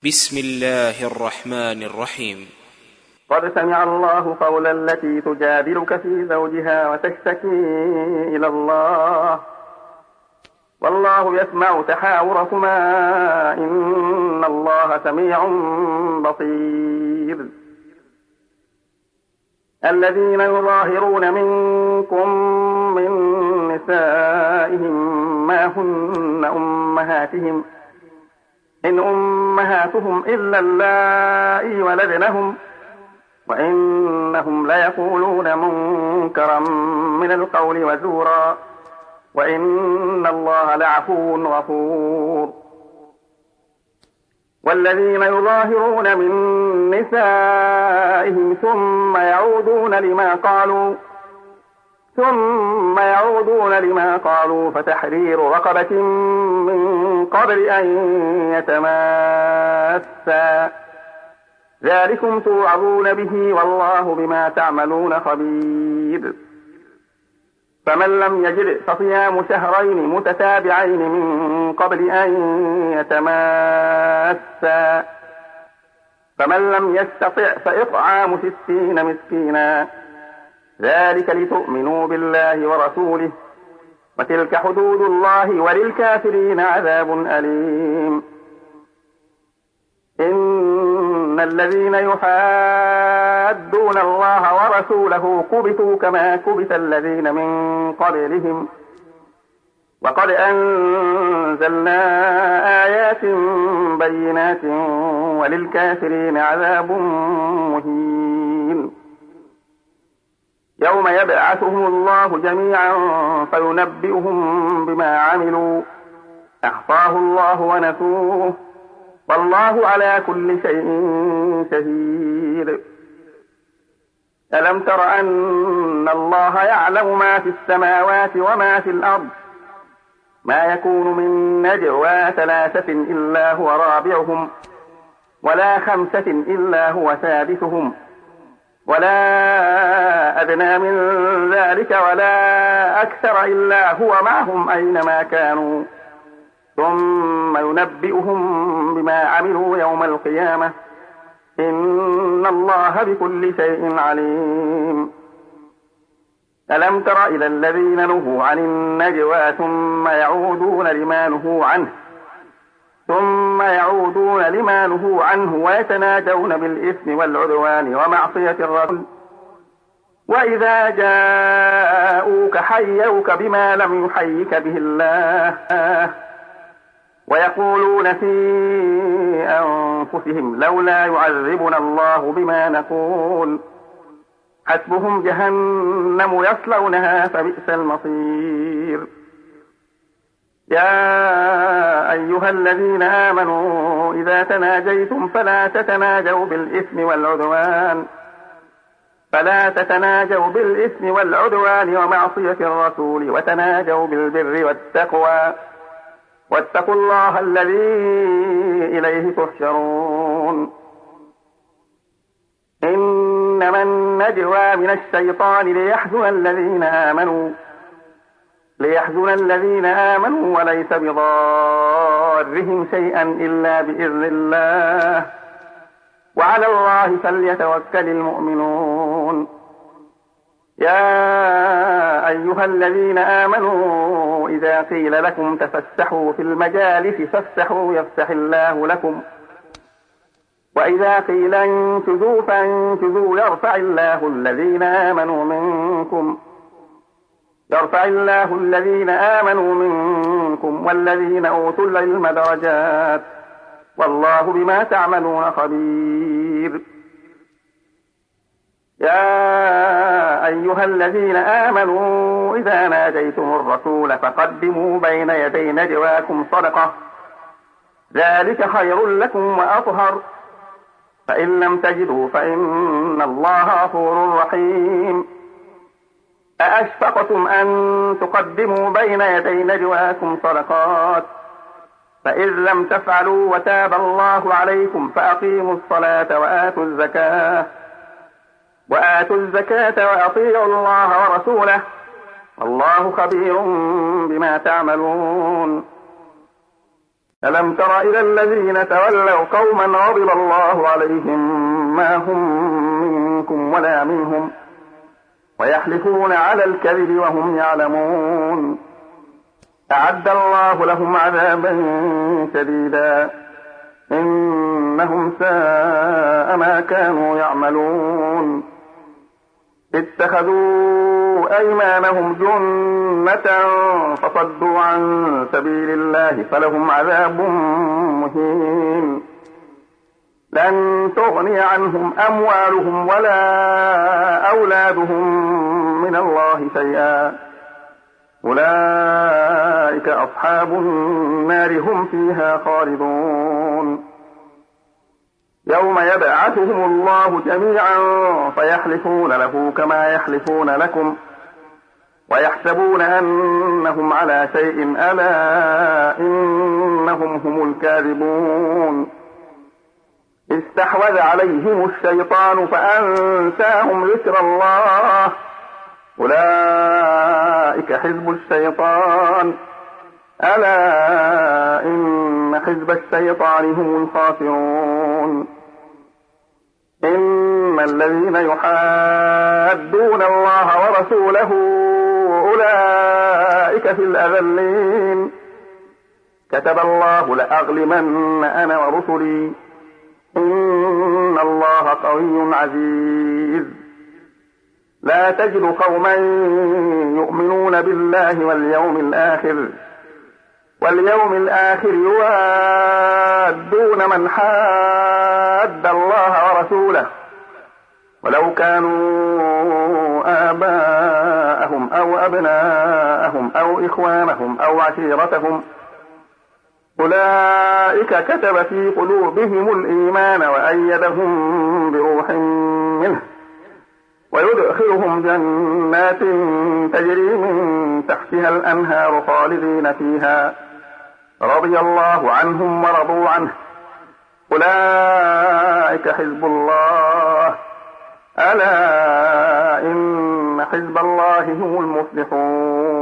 بسم الله الرحمن الرحيم. قد سمع الله قول التي تجادلك في زوجها وتشتكي إلى الله والله يسمع تحاوركما إن الله سميع بصير. الذين يظاهرون منكم من نسائهم ما هن أمهاتهم إن أمهاتهم إلا اللائي ولدنهم وإنهم ليقولون منكرا من القول وزورا وإن الله لعفو غفور. والذين يظاهرون من نسائهم ثم يعودون لما قالوا فتحرير رقبة من قبل أن يتماسا ذلكم توعظون به والله بما تعملون خبير. فمن لم يجد فصيام شهرين متتابعين من قبل أن يتماسا فمن لم يستطع فإطعام 60 مسكينا ذلك لتؤمنوا بالله ورسوله وتلك حدود الله وللكافرين عذاب أليم. إن الذين يحادون الله ورسوله كبتوا كما كبت الذين من قبلهم وقد أنزلنا آيات بينات وللكافرين عذاب مهين. يوم يبعثهم الله جميعا فينبئهم بما عملوا أحصاه الله ونسوه والله على كل شيء شهيد. ألم تر أن الله يعلم ما في السماوات وما في الأرض ما يكون من نجوى 3 إلا هو رابعهم ولا 5 إلا هو سادسهم ولا أدنى من ذلك ولا أكثر إلا هو معهم أينما كانوا ثم ينبئهم بما عملوا يوم القيامة إن الله بكل شيء عليم. ألم تر إلى الذين نهوا عن النجوى ثم يعودون لما نهوا عنه ويتناجون بالإثم والعدوان ومعصية الرسول وإذا جاءوك حيوك بما لم يحيك به الله ويقولون في أنفسهم لولا يعذبنا الله بما نقول حسبهم جهنم يصلونها فبئس المصير. يا أيها الذين آمنوا إذا تناجيتم فلا تتناجوا بالإثم والعدوان ومعصية الرسول وتناجوا بالبر والتقوى واتقوا الله الذي إليه تحشرون. إنما النجوى من الشيطان ليحزن الذين آمنوا وليس بضارهم شيئا إلا بإذن الله وعلى الله فليتوكل المؤمنون. يا أيها الذين آمنوا إذا قيل لكم تفسحوا في المجالس فافسحوا يفسح الله لكم وإذا قيل انشزوا فانشزوا يرفع الله الذين آمنوا منكم والذين أوتوا العلم درجات والله بما تعملون خبير. يا أيها الذين آمنوا إذا ناجيتم الرسول فقدموا بين يدي نجواكم صدقة ذلك خير لكم وأطهر فإن لم تجدوا فإن الله غفور رحيم. أأشفقتم أن تقدموا بين يدي نجواكم صدقات فإذ لم تفعلوا وتاب الله عليكم فأقيموا الصلاة وآتوا الزكاة وأطيعوا الله ورسوله والله خبير بما تعملون. ألم تر إلى الذين تولوا قوما غضب الله عليهم ما هم منكم ولا منهم ويحلفون على الكذب وهم يعلمون أعد الله لهم عذابا شديدا إنهم ساء ما كانوا يعملون اتخذوا أيمانهم جنة فصدوا عن سبيل الله فلهم عذاب مهين لن تغني عنهم أموالهم ولا أولادهم من الله شيئا أولئك أصحاب النار هم فيها خالدون يوم يبعثهم الله جميعا فيحلفون له كما يحلفون لكم ويحسبون أنهم على شيء ألا إنهم هم الكاذبون استحوذ عليهم الشيطان فأنساهم ذكر الله أولئك حزب الشيطان ألا إن حزب الشيطان هم الخاسرون إن الذين يحادون الله ورسوله أولئك في الأذلين كتب الله لأغلبن أنا ورسلي إن الله قوي عزيز لا تجد قوما يؤمنون بالله واليوم الآخر يوادون من حاد الله ورسوله ولو كانوا آباءهم أو أبناءهم أو إخوانهم أو عشيرتهم أولئك كتب في قلوبهم الإيمان وأيدهم بروح منه ويدخلهم جنات تجري من تحتها الأنهار خالدين فيها رضي الله عنهم ورضوا عنه أولئك حزب الله ألا إن حزب الله هم المفلحون